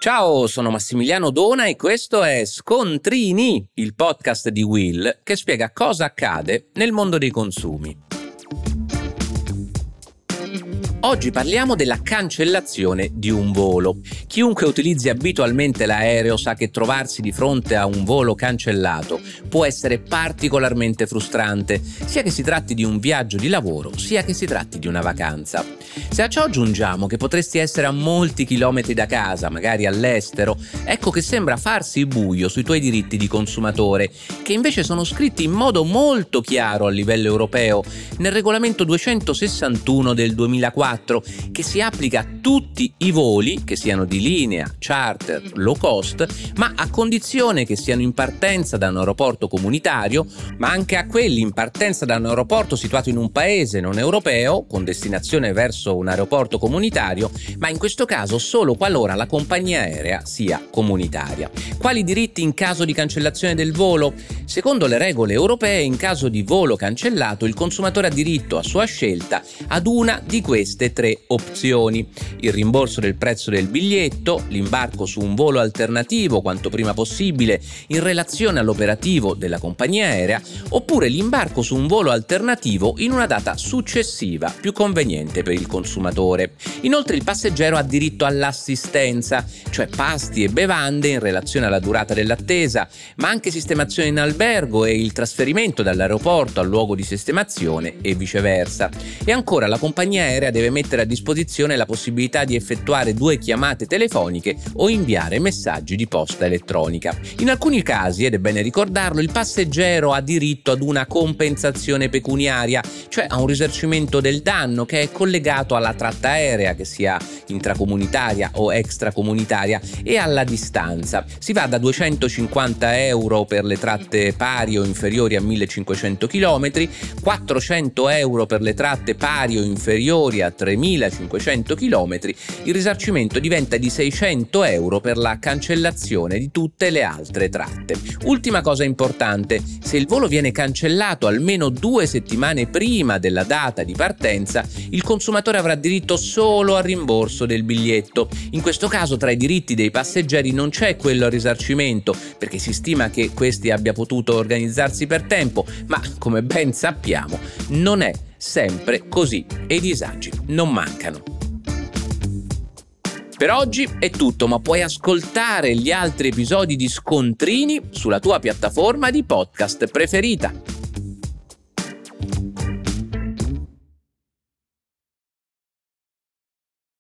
Ciao, sono Massimiliano Dona e questo è Scontrini, il podcast di Will che spiega cosa accade nel mondo dei consumi. Oggi parliamo della cancellazione di un volo. Chiunque utilizzi abitualmente l'aereo sa che trovarsi di fronte a un volo cancellato può essere particolarmente frustrante, sia che si tratti di un viaggio di lavoro, sia che si tratti di una vacanza. Se a ciò aggiungiamo che potresti essere a molti chilometri da casa, magari all'estero, ecco che sembra farsi buio sui tuoi diritti di consumatore, che invece sono scritti in modo molto chiaro a livello europeo nel regolamento 261 del 2004, che si applica a tutti i voli, che siano di linea, charter, low cost, ma a condizione che siano in partenza da un aeroporto comunitario, ma anche a quelli in partenza da un aeroporto situato in un paese non europeo, con destinazione verso un aeroporto comunitario, ma in questo caso solo qualora la compagnia aerea sia comunitaria. Quali diritti in caso di cancellazione del volo? Secondo le regole europee, in caso di volo cancellato, il consumatore ha diritto a sua scelta ad una di queste tre opzioni: il rimborso del prezzo del biglietto, l'imbarco su un volo alternativo quanto prima possibile in relazione all'operativo della compagnia aerea, oppure l'imbarco su un volo alternativo in una data successiva più conveniente per il consumatore. Inoltre il passeggero ha diritto all'assistenza, cioè pasti e bevande in relazione alla durata dell'attesa, ma anche sistemazione in albergo e il trasferimento dall'aeroporto al luogo di sistemazione e viceversa. E ancora la compagnia aerea deve mettere a disposizione la possibilità di effettuare 2 chiamate telefoniche o inviare messaggi di posta elettronica. In alcuni casi, ed è bene ricordarlo, il passeggero ha diritto ad una compensazione pecuniaria, cioè a un risarcimento del danno che è collegato alla tratta aerea, che sia intracomunitaria o extracomunitaria, e alla distanza. Si va da 250 euro per le tratte pari o inferiori a 1500 km, 400 euro per le tratte pari o inferiori a 3500 km, il risarcimento diventa di 600 euro per la cancellazione di tutte le altre tratte. Ultima cosa importante: se il volo viene cancellato almeno 2 settimane prima della data di partenza, il consumatore avrà diritto solo al rimborso del biglietto. In questo caso tra i diritti dei passeggeri non c'è quello al risarcimento, perché si stima che questi abbia potuto organizzarsi per tempo, ma come ben sappiamo non è sempre così e i disagi non mancano. Per oggi è tutto, ma puoi ascoltare gli altri episodi di Scontrini sulla tua piattaforma di podcast preferita.